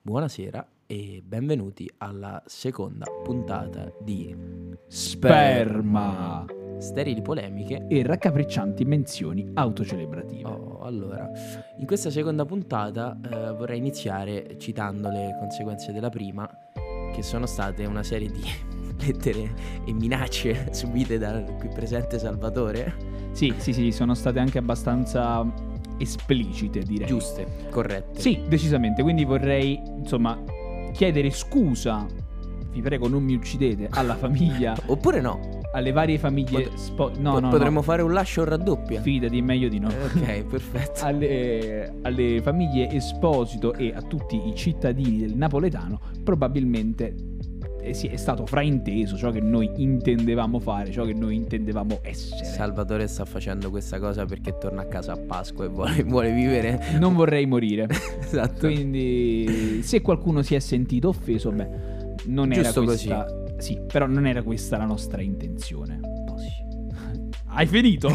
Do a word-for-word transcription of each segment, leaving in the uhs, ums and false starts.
buonasera e benvenuti alla seconda puntata di Sperma, sterili polemiche e raccapriccianti menzioni autocelebrative. Oh, allora, in questa seconda puntata eh, vorrei iniziare citando le conseguenze della prima, che sono state una serie di lettere e minacce subite dal qui presente Salvatore. Sì, sì, sì, sono state anche abbastanza esplicite, direi. Giuste, corrette. Sì, decisamente, quindi vorrei, insomma, chiedere scusa, vi prego non mi uccidete, alla famiglia, Oppure no, alle varie famiglie. Pot- spo- no, po- no, potremmo no. fare un lascio o raddoppia. Fidati, meglio di no. Ok, perfetto. alle, alle famiglie Esposito e a tutti i cittadini del napoletano, probabilmente eh, sì, è stato frainteso ciò che noi intendevamo fare, ciò che noi intendevamo essere. Salvatore sta facendo questa cosa perché torna a casa a Pasqua e vuole, vuole vivere. Non vorrei morire. Esatto. Quindi se qualcuno si è sentito offeso, beh, non era Giusto questa. Sì, però non era questa la nostra intenzione. Hai finito?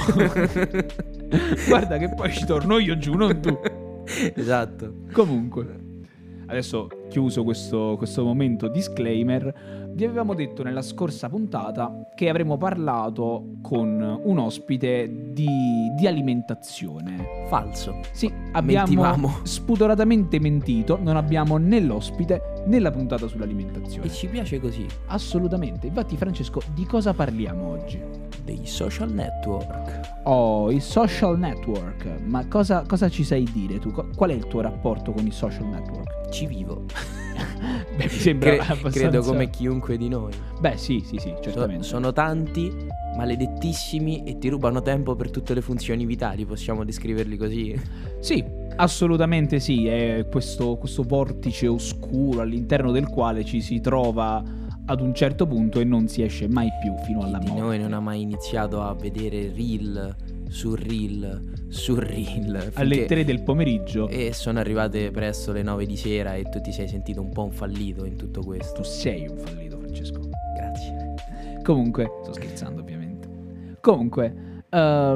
Guarda che poi ci torno io giù, non tu. Esatto. Comunque, adesso chiuso questo, questo momento disclaimer, vi avevamo detto nella scorsa puntata che avremmo parlato con un ospite di, di alimentazione. Falso. Sì, abbiamo Mentivamo. spudoratamente mentito, non abbiamo né l'ospite né la puntata sull'alimentazione. E ci piace così. Assolutamente. Infatti, Francesco, di cosa parliamo oggi? Dei social network. Oh, i social network. Ma cosa, cosa ci sai dire tu? Co- Qual è il tuo rapporto con i social network? Ci vivo. Beh, mi sembra Cre- abbastanza... Credo come chiunque di noi. Beh, sì, sì, sì, So- certamente. sono tanti, maledettissimi e ti rubano tempo per tutte le funzioni vitali. Possiamo descriverli così? Sì, assolutamente sì. È questo, questo vortice oscuro all'interno del quale ci si trova ad un certo punto e non si esce mai più fino alla Chi di morte. noi non ha mai iniziato a vedere reel su reel su reel Alle finché- tre del pomeriggio. E sono arrivate presto le nove di sera e tu ti sei sentito un po' un fallito in tutto questo. Tu sei un fallito, Francesco. Grazie. Comunque, sto scherzando ovviamente. Comunque,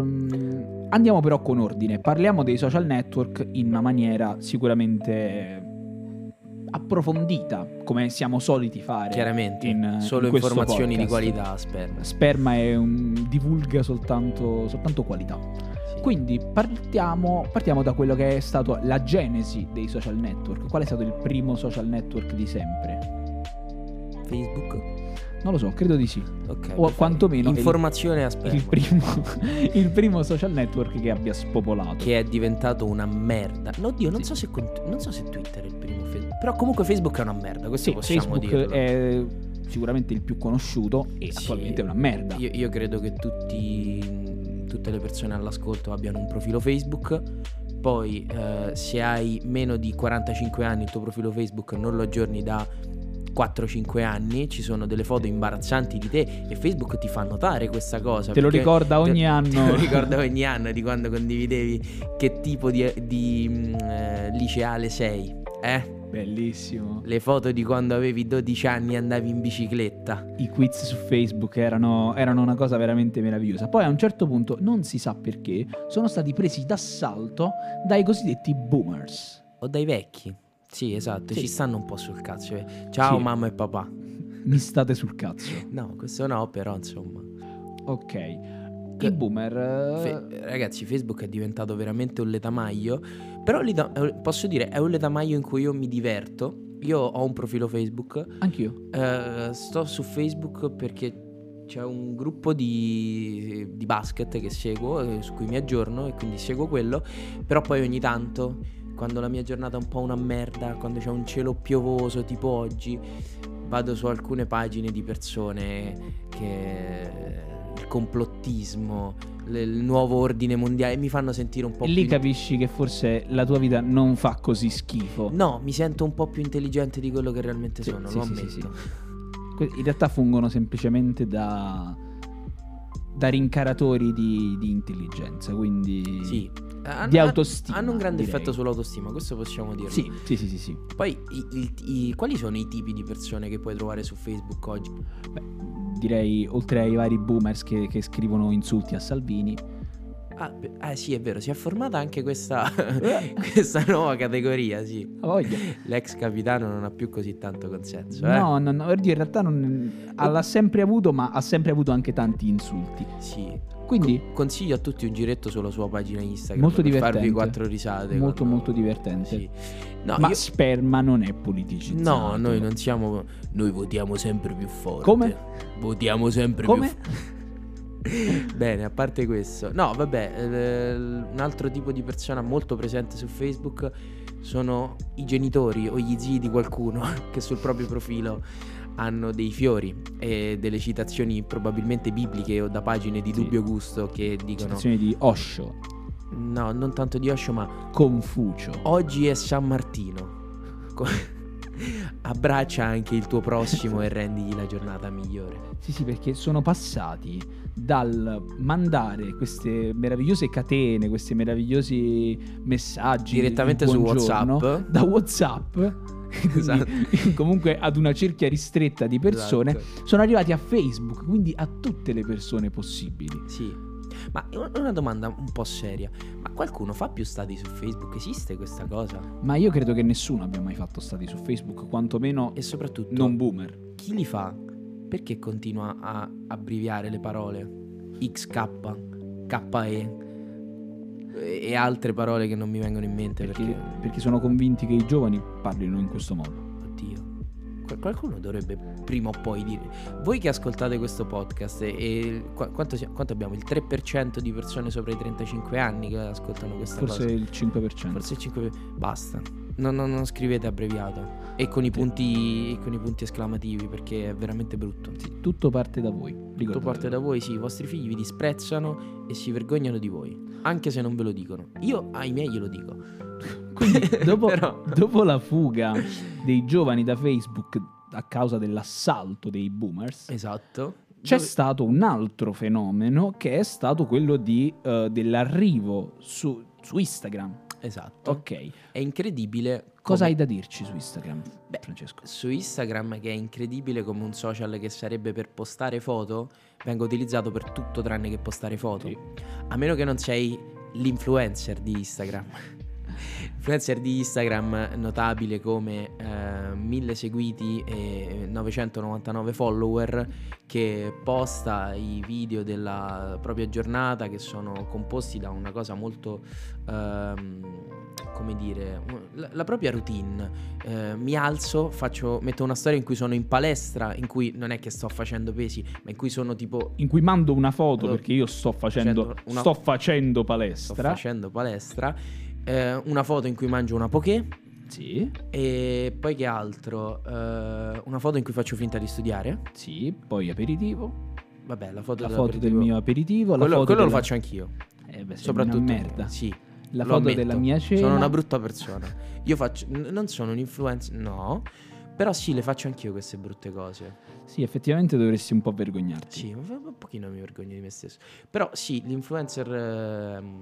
ehm, andiamo però con ordine. Parliamo dei social network in una maniera sicuramente approfondita, come siamo soliti fare. Chiaramente, in- solo in questo informazioni di podcast. qualità, Sperma. Sperma è un, divulga soltanto, soltanto qualità. Sì. Quindi partiamo, partiamo da quello che è stato la genesi dei social network. Qual è stato il primo social network di sempre? Facebook? Non lo so, credo di sì. Ok. O perfetto. quantomeno il- Informazione a Sperma. Il primo, il primo social network che abbia spopolato. Che è diventato una merda. No, Dio, non Sì. so se con- non so se Twitter è il primo Facebook. Però comunque Facebook è una merda, questo Sì, possiamo Facebook dirlo. è sicuramente il più conosciuto e Sì. attualmente è una merda. Io, io credo che tutti, tutte le persone all'ascolto abbiano un profilo Facebook. Poi eh, se hai meno di quarantacinque anni il tuo profilo Facebook non lo aggiorni da quattro cinque anni, ci sono delle foto imbarazzanti di te e Facebook ti fa notare questa cosa. Te lo perché ricorda ogni te- anno. Te lo ricorda ogni anno di quando condividevi che tipo di, di mm, eh, liceale sei. Eh? Bellissimo. Le foto di quando avevi dodici anni e andavi in bicicletta. I quiz su Facebook erano, erano una cosa veramente meravigliosa. Poi a un certo punto, non si sa perché, sono stati presi d'assalto dai cosiddetti boomers. O dai vecchi. Sì, esatto, Sì. ci stanno un po' sul cazzo. eh. Ciao Sì. mamma e papà. Mi state sul cazzo. No, questo no, però insomma. Ok. Che- I boomer... eh, Fe- ragazzi, Facebook è diventato veramente un letamaio. Però lita- eh, posso dire, è un letamaio in cui io mi diverto. Io ho un profilo Facebook. Anch'io. eh, sto su Facebook perché c'è un gruppo di, di basket che seguo, eh, su cui mi aggiorno e quindi seguo quello. Però poi ogni tanto, quando la mia giornata è un po' una merda, quando c'è un cielo piovoso tipo oggi, vado su alcune pagine di persone che il complottismo, l- il nuovo ordine mondiale mi fanno sentire un po' E lì più capisci che forse la tua vita non fa così schifo. No, mi sento un po' più intelligente di quello che realmente Sì, sono, sì, lo sì, ammetto. sì, sì. Que- In realtà fungono semplicemente da, da rincaratori di, di intelligenza, quindi Sì. Han- di han- autostima. Hanno un grande direi. effetto sull'autostima, questo possiamo dirlo. Sì, sì, sì, sì, sì. Poi i- i- i- quali sono i tipi di persone che puoi trovare su Facebook oggi? Beh, direi oltre ai vari boomers che, che scrivono insulti a Salvini, Ah, beh, eh sì, è vero, si è formata anche questa, questa nuova categoria, sì. Ha voglia. L'ex capitano non ha più così tanto consenso, eh? No, no, no, oddio, in realtà non, l'ha sempre avuto, ma ha sempre avuto anche tanti insulti. Sì. Quindi Co- consiglio a tutti un giretto sulla sua pagina Instagram molto per divertente. farvi quattro risate. Molto quando- molto divertente. Sì. No, Ma io- sperma non è politicizzato. no, noi non siamo. Noi votiamo sempre più forte. Come? Votiamo sempre Come? più forte. Bene, a parte questo, no, vabbè, eh, un altro tipo di persona molto presente su Facebook sono i genitori o gli zii di qualcuno che sul proprio profilo hanno dei fiori e delle citazioni probabilmente bibliche o da pagine di Sì. dubbio gusto che dicono Citazioni di Osho, no, non tanto di Osho, ma Confucio. oggi è San Martino. Co- Abbraccia anche il tuo prossimo e rendigli la giornata migliore. Sì, sì, perché sono passati dal mandare queste meravigliose catene, questi meravigliosi messaggi Direttamente di su buongiorno, WhatsApp. da WhatsApp, quindi Esatto. comunque ad una cerchia ristretta di persone, Esatto. sono arrivati a Facebook, quindi a tutte le persone possibili. Sì. Ma una domanda un po' seria. Ma qualcuno fa più stati su Facebook? Esiste questa cosa? Ma io credo che nessuno abbia mai fatto stati su Facebook, quantomeno E soprattutto, non boomer. chi li fa? Perché continua a abbreviare le parole? X K, K E e altre parole che non mi vengono in mente Perché, perché, perché sono convinti che i giovani parlino in questo modo. oddio, qual- qualcuno dovrebbe prima o poi dire. Voi che ascoltate questo podcast e, e qua- quanto, si- quanto abbiamo? Il tre per cento di persone sopra i trentacinque anni che ascoltano questa Forse cosa? il cinque per cento. Forse il cinque per cento. Basta. Non, non- non scrivete abbreviato. E con i punti, e con i punti esclamativi, perché è veramente brutto. Sì, tutto parte da voi. Tutto ricordatelo. parte da voi, sì. I vostri figli vi disprezzano e si vergognano di voi. Anche se non ve lo dicono. Io ai miei glielo dico. Quindi, dopo, Però- dopo la fuga dei giovani da Facebook a causa dell'assalto dei boomers, Esatto. c'è Dove- stato un altro fenomeno che è stato quello di, eh, dell'arrivo su, su Instagram. Esatto. Ok, È incredibile. cosa come- hai da dirci su Instagram, Beh, Francesco? Su Instagram, che è incredibile come un social che sarebbe per postare foto, venga utilizzato per tutto tranne che postare foto. Sì. A meno che non sei l'influencer di Instagram. Influencer di Instagram notabile come eh, mille seguiti e novecentonovantanove follower, che posta i video della propria giornata che sono composti da una cosa molto ehm, come dire, la, la propria routine. Eh, mi alzo, faccio, metto una storia in cui sono in palestra, in cui non è che sto facendo pesi, ma in cui sono tipo In cui mando una foto Allora, perché io sto facendo, facendo una- sto facendo sto palestra. facendo palestra, eh, una foto in cui mangio una poké. Sì, E poi che altro? Eh, una foto in cui faccio finta di studiare. sì, poi aperitivo. Vabbè, la foto, La foto del dell'aperitivo. mio aperitivo. La Quello, foto quello lo della- faccio anch'io. Eh beh, sei Soprattutto una merda. Sì. La lo foto ammetto. della mia cena. Sono una brutta persona. Io faccio. n- non sono un influencer. No. Però sì, le faccio anch'io queste brutte cose. Sì, effettivamente dovresti un po' vergognarti. Sì, un un pochino mi vergogno di me stesso. Però sì, l'influencer ehm,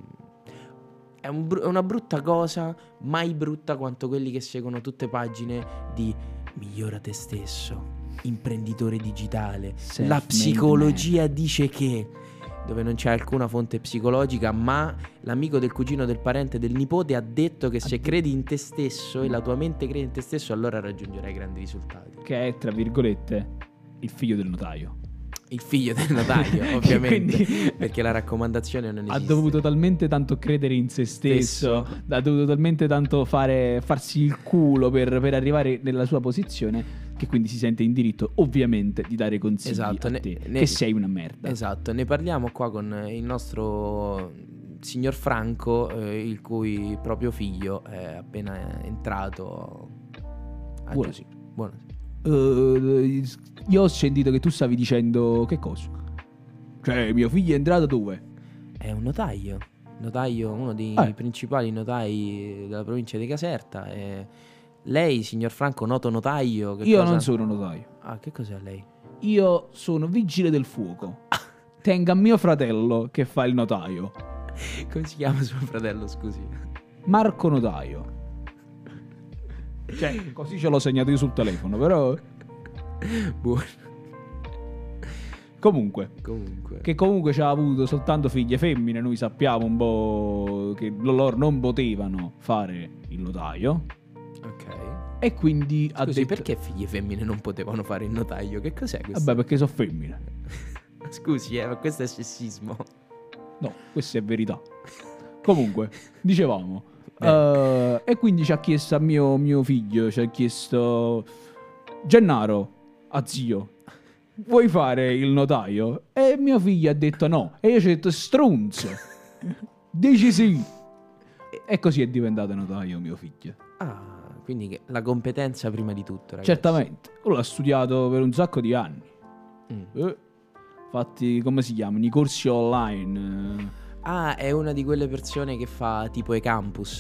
è, un bru- è una brutta cosa, mai brutta quanto quelli che seguono tutte pagine di migliora te stesso, imprenditore digitale, la Self-made psicologia dice che, dove non c'è alcuna fonte psicologica, ma l'amico del cugino, del parente, del nipote ha detto che se Ha credi in te stesso e la tua mente crede in te stesso, allora raggiungerai grandi risultati. Che è, tra virgolette, il figlio del notaio. Il figlio del notaio, ovviamente, Quindi- perché la raccomandazione non Ha esiste. dovuto talmente tanto credere in se stesso, Stesso. ha dovuto talmente tanto fare, farsi il culo per, per arrivare nella sua posizione, che quindi si sente in diritto, ovviamente, di dare consigli Esatto, a ne- te, ne- che sei una merda. Esatto, ne parliamo qua con il nostro signor Franco, eh, il cui proprio figlio è appena entrato. Ah, Buono. così. Buono. Eh, io ho sentito che tu stavi dicendo che cosa? Cioè, mio figlio è entrato dove? È un notaio. Notaio, uno dei Eh. principali notai della provincia di Caserta. E lei, signor Franco, noto notaio. Che Io cosa- non sono notaio. Ah, che cos'è lei? Io sono vigile del fuoco. Tenga mio fratello che fa il notaio. Come si chiama suo fratello, scusi? Marco Notaio. Cioè, così ce l'ho segnato io sul telefono, però... Buono. Comunque, Comunque. che comunque ci ha avuto soltanto figlie femmine, noi sappiamo un po' che loro non potevano fare il notaio. Ok. E quindi ha Scusi, detto... perché figlie femmine non potevano fare il notaio? Che cos'è questo? Vabbè, perché sono femmine. Scusi, eh, ma questo è sessismo. No, questa è verità. Comunque, dicevamo. Eh. eh, e quindi ci ha chiesto a mio, mio figlio, ci ha chiesto... Gennaro, a zio, vuoi fare il notaio? E mio figlio ha detto no. E io ci ho detto strunzo. Dici sì. E così è diventato notaio mio figlio. Ah, quindi che- la competenza prima di tutto, ragazzi. Certamente. Lui l'ha studiato per un sacco di anni. Mm. Eh, Fatti, come si chiamano? I corsi online. Ah, è una di quelle persone che fa tipo e campus.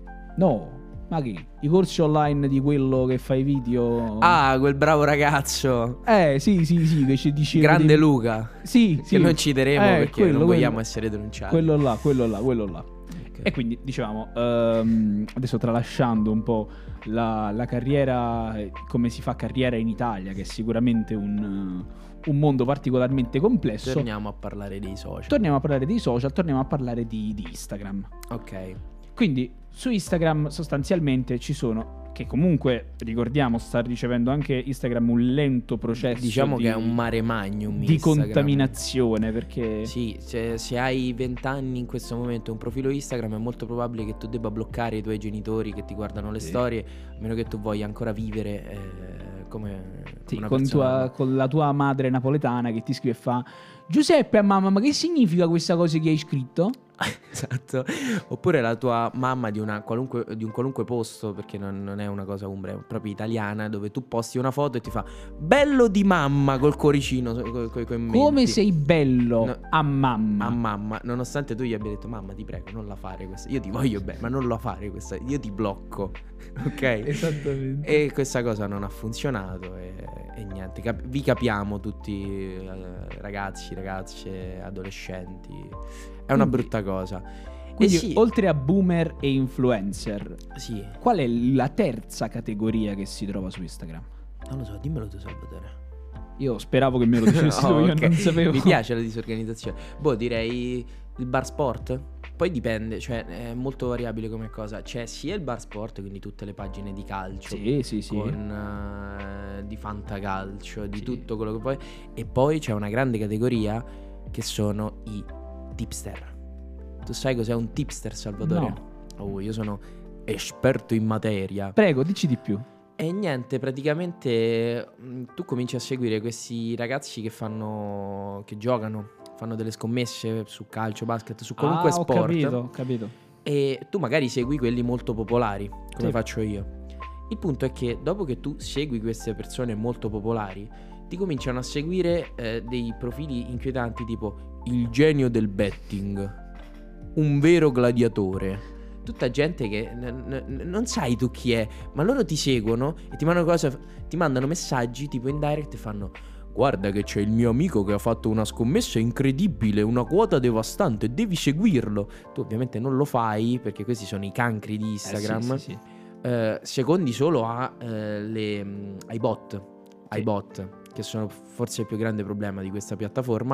No, ma che? I corsi online di quello che fa i video. Ah, quel bravo ragazzo. Eh, sì, sì, sì, che ci diceva. Grande dei- Luca. Sì, sì. Che non citeremo Eh, perché quello, non vogliamo quello. essere denunciati. Quello là, quello là, quello là. Ok. E quindi dicevamo, ehm, adesso tralasciando un po' la, la carriera, eh, come si fa carriera in Italia, che è sicuramente un, un mondo particolarmente complesso. Torniamo a parlare dei social. Torniamo a parlare dei social, torniamo a parlare di, di Instagram. Ok. Quindi su Instagram sostanzialmente ci sono, che comunque ricordiamo sta ricevendo anche Instagram un lento processo Diciamo di, che è un mare magnum di Instagram. contaminazione, perché Sì, se, se hai venti anni in questo momento e un profilo Instagram è molto probabile che tu debba bloccare i tuoi genitori che ti guardano le Sì. storie, a meno che tu voglia ancora vivere eh, come, come sì, una con, persona. tua- con la tua madre napoletana che ti scrive e fa Giuseppe a mamma, ma che significa questa cosa che hai scritto? Esatto. Oppure la tua mamma di, una qualunque, di un qualunque posto, perché non, non è una cosa umbra, è proprio italiana, dove tu posti una foto e ti fa bello di mamma col cuoricino, co- co- coi menti. Come sei bello No. a mamma. A mamma, nonostante tu gli abbia detto mamma ti prego non la fare questa, io ti voglio bene ma non la fare questa, io ti blocco, ok? Esattamente. E questa cosa non ha funzionato e, e niente, cap- vi capiamo tutti eh, ragazzi, ragazze, adolescenti, è una Quindi- brutta cosa. Quindi e sì, oltre a boomer e influencer, sì, qual è la terza categoria che si trova su Instagram? non lo so, dimmelo tu Salvatore. Io speravo che me lo dicessi tu, Oh, io ok. non sapevo. Mi piace la disorganizzazione. Boh, direi il bar sport. Poi dipende, cioè è molto variabile come cosa. C'è sia il bar sport, quindi tutte le pagine di calcio, Sì, sì, sì. con eh, di fantacalcio, di Sì. tutto quello che poi. E poi c'è una grande categoria che sono i tipster. Tu sai cos'è un tipster, Salvatore? No. Oh, io sono esperto in materia. Prego, dici di più. E niente, praticamente mh, tu cominci a seguire questi ragazzi che fanno, che giocano, fanno delle scommesse su calcio, basket, su qualunque ah, ho sport. capito, ho capito. E tu magari segui quelli molto popolari, come Sì. faccio io. Il punto è che dopo che tu segui queste persone molto popolari, ti cominciano a seguire eh, dei profili inquietanti tipo il genio del betting, un vero gladiatore. Tutta gente che n- n- non sai tu chi è, ma loro ti seguono e ti mandano, cosa, ti mandano messaggi tipo in direct e fanno guarda che c'è il mio amico che ha fatto una scommessa incredibile, una quota devastante, devi seguirlo. Tu ovviamente non lo fai perché questi sono i cancri di Instagram. Eh, sì, sì, sì. Eh, secondi solo a, eh, le, mh, ai bot, ai Sì. bot, che sono forse il più grande problema di questa piattaforma.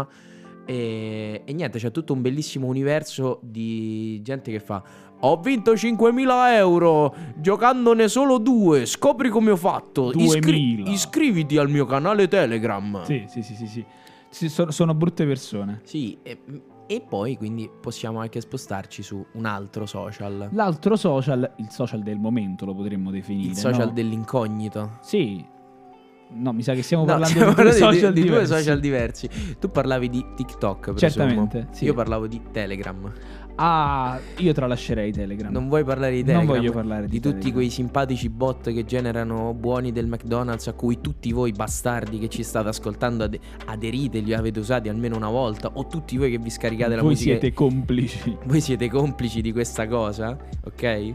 E, e niente, c'è tutto un bellissimo universo di gente che fa ho vinto cinquemila euro giocandone solo due, scopri come ho fatto. duemila. Iscriviti al mio canale Telegram. Sì, sì, sì, sì, sì. Sì, sono, sono brutte persone. Sì, e, e poi quindi possiamo anche spostarci su un altro social, L'altro social, il social del momento lo potremmo definire. il social no? dell'incognito. Sì. No, mi sa che stiamo No, parlando stiamo di due parlando social di, di due diversi. social diversi. Tu parlavi di TikTok, presumo. Certamente, sì. Io parlavo di Telegram. Ah, io tralascerei Telegram. Non vuoi parlare di Non Telegram? voglio parlare di di tutti Telegram. quei simpatici bot che generano buoni del McDonald's a cui tutti voi bastardi che ci state ascoltando ade- aderite, li avete usati almeno una volta, o tutti voi che vi scaricate la Voi musica. siete complici. Voi siete complici di questa cosa, ok?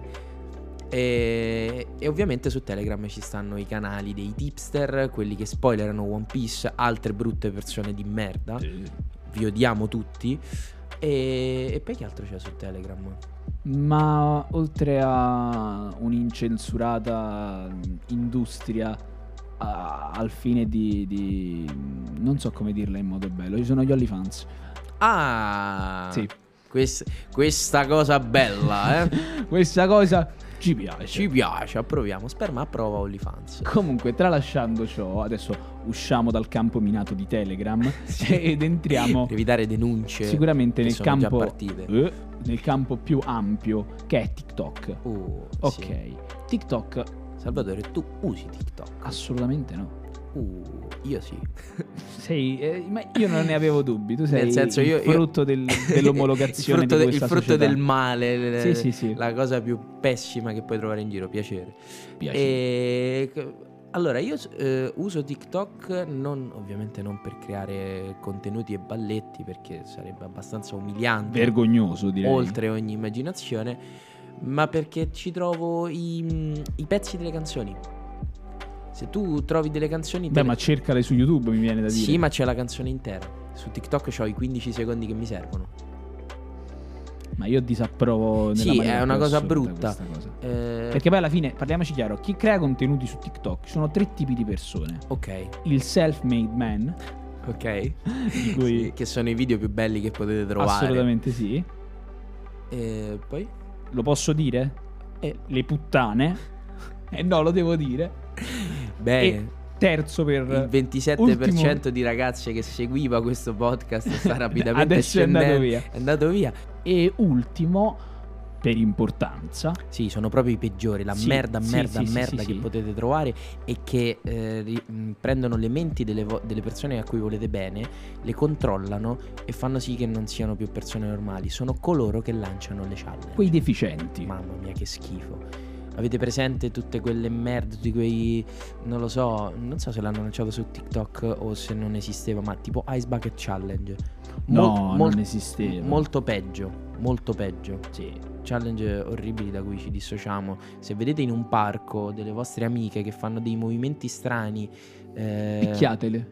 E, e ovviamente su Telegram ci stanno i canali dei tipster, quelli che spoilerano One Piece, altre brutte persone di merda. Vi odiamo tutti. E, e poi che altro c'è su Telegram? Ma oltre a un'incensurata industria a- al fine di, di... non so come dirla in modo bello, ci sono gli OnlyFans. Ah, Sì. quest- questa cosa bella, eh. Questa cosa ci piace. Ci piace, approviamo. Sperma approva OnlyFans. Comunque, tralasciando ciò, adesso usciamo dal campo minato di Telegram ed entriamo Per evitare denunce sicuramente che nel sono già campo partite. eh, nel campo più ampio, che è TikTok. Uh, Ok, sì. TikTok Salvatore, tu usi TikTok? assolutamente no. Uh, io sì. Sei, eh, ma io non ne avevo dubbi. Tu sei Nel senso, il io, io- frutto del- dell'omologazione il frutto, di de- questa il frutto società. del male, le- Sì, sì, sì. la cosa più pessima che puoi trovare in giro, piacere. Piace. E allora io eh, uso TikTok non, ovviamente non per creare contenuti e balletti, perché sarebbe abbastanza umiliante, Vergognoso, direi. oltre ogni immaginazione, ma perché ci trovo i, i pezzi delle canzoni. Se tu trovi delle canzoni te Beh, le- ma cercale su YouTube, mi viene da dire. sì, ma c'è la canzone intera. Su TikTok ho i quindici secondi che mi servono. Ma io disapprovo nella Sì, maniera è una più cosa assoluta brutta. questa cosa. Eh, Perché poi alla fine, parliamoci chiaro, chi crea contenuti su TikTok, ci sono tre tipi di persone. Ok, Il self-made man, ok. di cui Sì, che sono i video più belli che potete trovare. assolutamente sì. E poi? Lo posso dire? Eh. Le puttane. Eh no, lo devo dire. Bene. E terzo per Il ventisette per cento di ragazze che seguiva questo podcast sta rapidamente Adesso è andato scendendo. via. È andato via. E ultimo, per importanza, Sì, sono proprio i peggiori, la Sì, merda, sì, merda, sì, sì, merda sì, che sì. potete trovare e che eh, ri- mh, prendono le menti delle, vo- delle persone a cui volete bene, le controllano e fanno sì che non siano più persone normali. Sono coloro che lanciano le challenge. quei deficienti. Mamma mia, che schifo. Avete presente tutte quelle merde, tutti quei... non lo so, non so se l'hanno lanciato su TikTok o se non esisteva, ma tipo Ice Bucket Challenge. No, Mol- non esisteva. Molto peggio, molto peggio. Sì. Challenge orribili da cui ci dissociamo. Se vedete in un parco delle vostre amiche che fanno dei movimenti strani... eh, Picchiatele.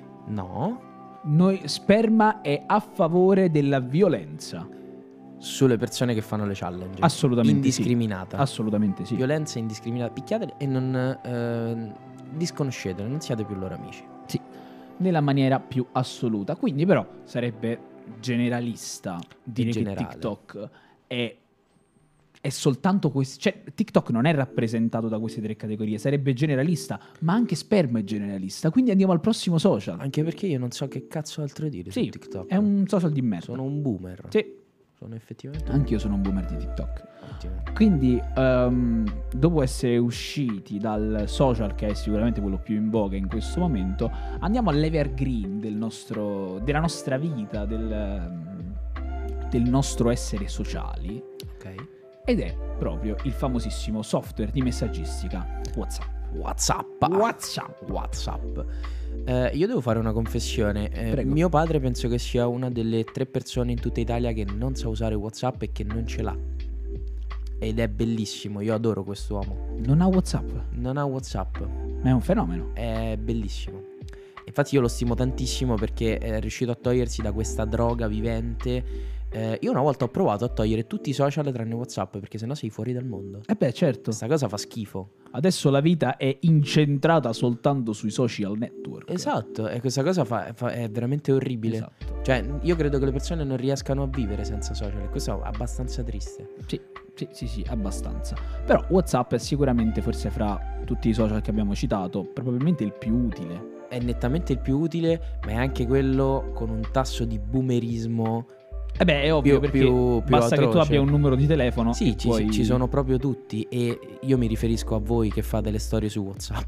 No, Noi, Sperma è a favore della violenza. sulle persone che fanno le challenge. Assolutamente sì. Indiscriminata. Assolutamente sì. Violenza indiscriminata. Picchiatele e non eh, disconoscetele, non siate più loro amici. Sì, nella maniera più assoluta. Quindi però sarebbe generalista dire che generale. TikTok è, è soltanto questo. Cioè, TikTok non è rappresentato da queste tre categorie, sarebbe generalista, ma anche Sperma è generalista. Quindi andiamo al prossimo social. Anche perché io non so che cazzo altro dire su Sì, TikTok. è un social di merda. Sono un boomer. Sì, Sono effettivamente anch'io sono un boomer di TikTok. ottimo. Quindi, ehm, dopo essere usciti dal social, che è sicuramente quello più in voga in questo momento, andiamo all'evergreen del nostro, della nostra vita, del, ehm, del nostro essere sociali, Ok. ed è proprio il famosissimo software di messaggistica WhatsApp. WhatsApp. WhatsApp. WhatsApp. Eh, io devo fare una confessione. Eh, Prego. mio padre penso che sia una delle tre persone in tutta Italia che non sa usare WhatsApp e che non ce l'ha. Ed è bellissimo. Io adoro quest'uomo. Non ha WhatsApp, Non ha WhatsApp. ma è un fenomeno. È bellissimo. Infatti io lo stimo tantissimo perché è riuscito a togliersi da questa droga vivente. Eh, io una volta ho provato a togliere tutti i social tranne WhatsApp perché sennò sei fuori dal mondo. Eh beh, certo. Questa cosa fa schifo. Adesso la vita è incentrata soltanto sui social network. Esatto, e questa cosa fa- fa- è veramente orribile. Esatto. Cioè, io credo che le persone non riescano a vivere senza social e questo è abbastanza triste. Sì, sì, sì, sì, abbastanza. Però WhatsApp è sicuramente, forse fra tutti i social che abbiamo citato, probabilmente il più utile. È nettamente il più utile, ma è anche quello con un tasso di boomerismo. Eh beh, è ovvio, Più- perché più- più basta che tu atroce. abbia un numero di telefono. Sì, e ci, puoi- ci sono proprio tutti e io mi riferisco a voi che fate le storie su WhatsApp.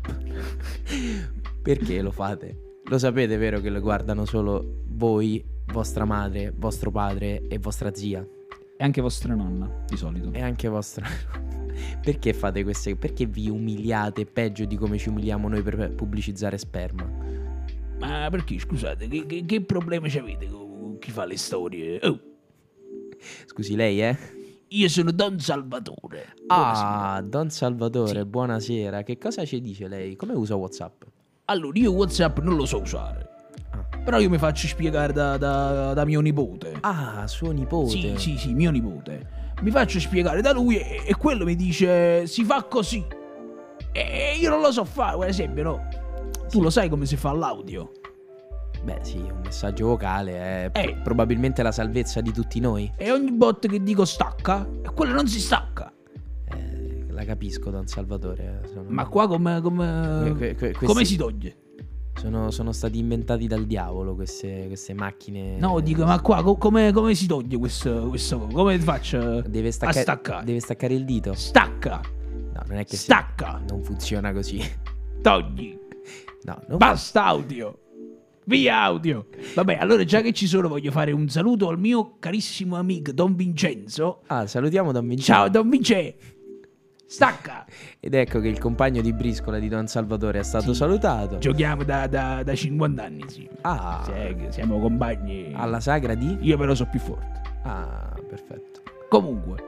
Perché lo fate? Lo sapete, vero, che lo guardano solo voi, vostra madre, vostro padre e vostra zia E anche vostra nonna, di solito. e anche vostra. Perché fate queste? Perché vi umiliate peggio di come ci umiliamo noi per pubblicizzare sperma? Ma perché, scusate, che, che, che problemi avete con chi fa le storie? Oh, Scusi, lei, eh? io sono Don Salvatore. Ah, Don Salvatore, Sì. buonasera. Che cosa ci dice lei? Come usa WhatsApp? Allora, io WhatsApp non lo so usare. Ah, Però io mi faccio spiegare da, da, da mio nipote. ah suo nipote. Sì, sì, sì, mio nipote. Mi faccio spiegare da lui e, e quello mi dice si fa così. E io non lo so fare, per esempio, no? Tu lo sai come si fa l'audio? Beh sì, un messaggio vocale è Eh. pro- probabilmente la salvezza di tutti noi. E ogni volta che dico stacca, e quello non si stacca. Eh, la capisco, Don Salvatore. eh, sono- Ma qua come, come, Que- que- que- come questi- si toglie? Sono, sono stati inventati dal diavolo queste, queste macchine. No, dico, ma qua co- come, come si toglie questo, questo? Come faccio Deve a staccare, staccare? deve staccare il dito. Stacca, No, non è che si- stacca, non funziona così. togli, No, non basta audio, via audio. Vabbè, allora già che ci sono voglio fare un saluto al mio carissimo amico Don Vincenzo. Ah, salutiamo Don Vincenzo. Ciao Don Vincenzo, stacca. Ed ecco che il compagno di briscola di Don Salvatore è stato Sì. salutato. Giochiamo da, da, da cinquanta anni, sì. Ah, Sì, che siamo compagni. alla sagra di? Io però so più forte. Ah, perfetto. Comunque,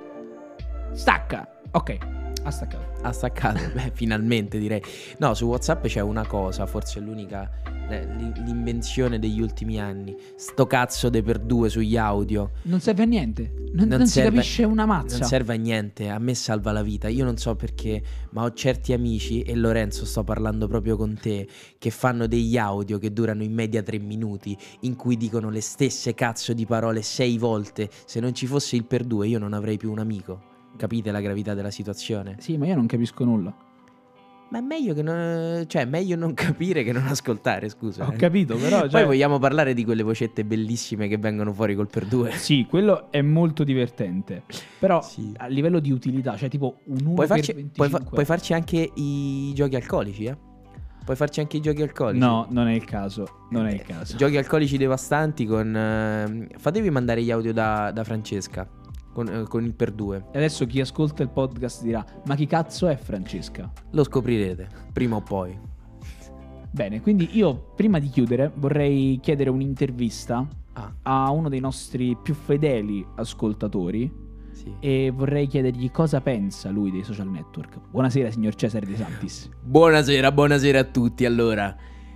stacca. Ok, ha staccato. Ha staccato, beh, finalmente direi. No, su WhatsApp c'è una cosa, forse è l'unica, eh, l'in- l'invenzione degli ultimi anni. Sto cazzo de per due sugli audio. Non serve a niente. Non, Non non si serve- capisce una mazza. Non serve a niente, a me salva la vita. Io non so perché, ma ho certi amici, e Lorenzo sto parlando proprio con te, che fanno degli audio che durano in media tre minuti, in cui dicono le stesse cazzo di parole sei volte. Se non ci fosse il per due io non avrei più un amico. Capite la gravità della situazione? Sì, ma io non capisco nulla. Ma è meglio che non... cioè, è meglio non capire che non ascoltare, scusa. Ho eh. capito, però. Poi Cioè... vogliamo parlare di quelle vocette bellissime che vengono fuori col per due. Sì, quello è molto divertente. Però Sì. a livello di utilità, cioè tipo un uno Puoi per farci, puoi, fa- venticinque. puoi farci anche i giochi alcolici, eh? Puoi farci anche i giochi alcolici. No, non è il caso. Non è il Eh, caso. Giochi alcolici devastanti con... eh, fatevi mandare gli audio da, da Francesca. Con, eh, con il per due. E adesso chi ascolta il podcast dirà: ma chi cazzo è Francesca? Lo scoprirete, prima o poi. Bene, quindi io prima di chiudere vorrei chiedere un'intervista Ah, a uno dei nostri più fedeli ascoltatori sì. e vorrei chiedergli cosa pensa lui dei social network. Buonasera signor Cesare De Santis. Buonasera, buonasera a tutti. Allora,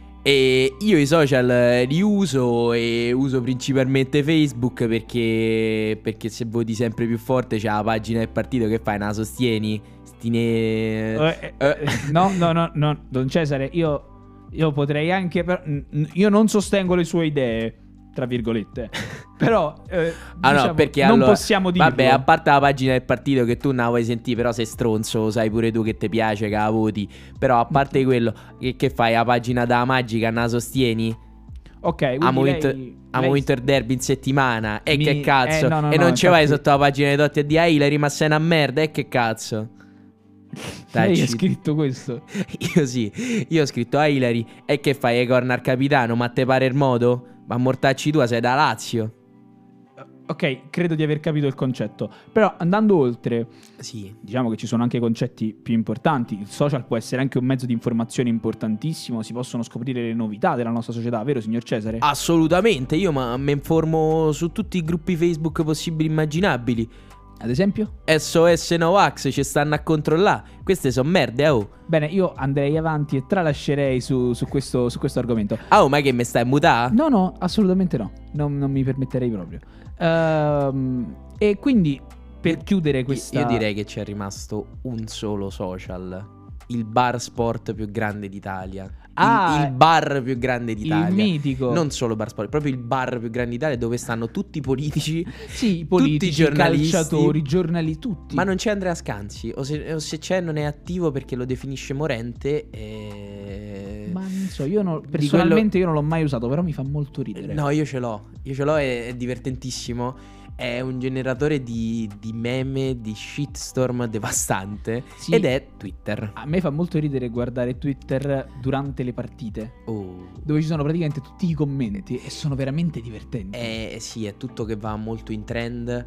e io i social eh, li uso e uso principalmente Facebook perché, perché se voti sempre più forte c'è la pagina del partito che fai, non la sostieni? Stine... Eh, eh, no, no, no, no, Don Cesare, io, io potrei anche... Per... n- Io non sostengo le sue idee, tra virgolette. Però, eh, Ah no, diciamo, perché non allora, possiamo dirlo. vabbè, a parte la pagina del partito che tu non la vuoi sentire, però sei stronzo, sai pure tu che ti piace, che la voti. Però a parte quello, che, che fai? La pagina della Magica non la sostieni? Ok, quindi Amo lei, Inter, lei- amo Inter Derby in settimana. E Mi- che cazzo? eh, no, no, e no, non ci vai infatti- sotto la pagina di Totti e di Hillary, ma sei una merda. E che cazzo? Dai, lei ha ci- scritto questo. Io sì, io ho scritto a Hillary. E che fai? E corner capitano? Ma te pare il modo? Ma mortacci tua, sei da Lazio. Ok, credo di aver capito il concetto. Però andando oltre, Sì. diciamo che ci sono anche concetti più importanti. Il social può essere anche un mezzo di informazione importantissimo. Si possono scoprire le novità della nostra società, vero signor Cesare? Assolutamente, io ma mi informo su tutti i gruppi Facebook possibili e immaginabili. Ad esempio? S O S Novax ci stanno a controllare. Queste sono merde, oh. Bene, io andrei avanti e tralascerei su, su questo, su questo argomento. Ah, oh, ma che mi stai a mutare? No, no, assolutamente no. Non, non mi permetterei proprio. Ehm, e quindi, per chiudere questa... Io direi che c'è rimasto un solo social. Il bar sport più grande d'Italia. Il- Ah, il, bar più grande d'Italia. il mitico. Non solo bar sport, proprio il bar più grande d'Italia dove stanno tutti i politici. Sì, i politici, tutti i giornalisti. calciatori, giornali, tutti. Ma non c'è Andrea Scanzi. O se, o se c'è non è attivo perché lo definisce morente. E... Ma non so, io non- personalmente io non l'ho mai usato, però mi fa molto ridere. No, io ce l'ho. Io ce l'ho, è, è divertentissimo. È un generatore di, di meme, di shitstorm devastante. Sì. Ed è Twitter. A me fa molto ridere guardare Twitter durante le partite, Oh. dove ci sono praticamente tutti i commenti e sono veramente divertenti. È, sì, è tutto che va molto in trend.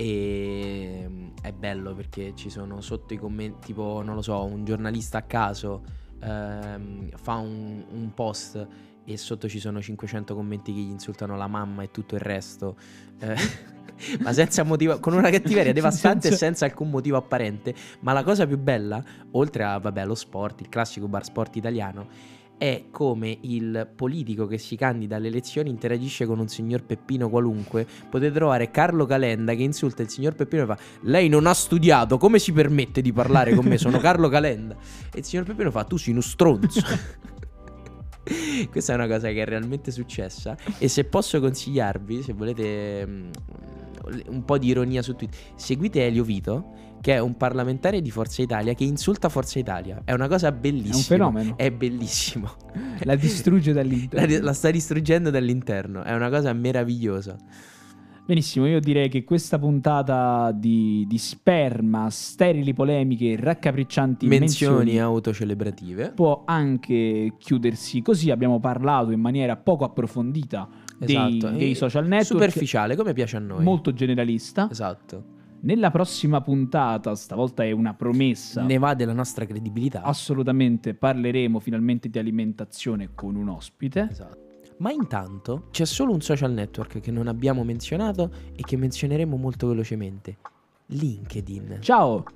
E è bello perché ci sono sotto i commenti, tipo, non lo so, un giornalista a caso ehm, fa un, un post e sotto ci sono cinquecento commenti che gli insultano la mamma e tutto il resto. Eh, ma senza motivo, con una cattiveria devastante e Senza- senza alcun motivo apparente. Ma la cosa più bella, oltre a, vabbè, lo sport, il classico bar sport italiano, è come il politico che si candida alle elezioni interagisce con un signor Peppino qualunque. Potete trovare Carlo Calenda che insulta il signor Peppino e fa: lei non ha studiato, come si permette di parlare con me? Sono Carlo Calenda. E il signor Peppino fa: tu sei uno stronzo. Questa è una cosa che è realmente successa. E se posso consigliarvi, se volete mh, un po' di ironia su Twitter, seguite Elio Vito, che è un parlamentare di Forza Italia che insulta Forza Italia. È una cosa bellissima. È un fenomeno. È bellissimo. La distrugge dall'interno. La, la sta distruggendo dall'interno. È una cosa meravigliosa. Benissimo, io direi che questa puntata di, di sperma, sterili polemiche, raccapriccianti Menzioni, menzioni autocelebrative può anche chiudersi così. Abbiamo parlato in maniera poco approfondita dei, esatto. dei social network, superficiale, come piace a noi. molto generalista. Esatto. Nella prossima puntata, stavolta è una promessa, Ne va della nostra credibilità. assolutamente parleremo finalmente di alimentazione con un ospite. Esatto. Ma intanto c'è solo un social network che non abbiamo menzionato e che menzioneremo molto velocemente: LinkedIn. Ciao!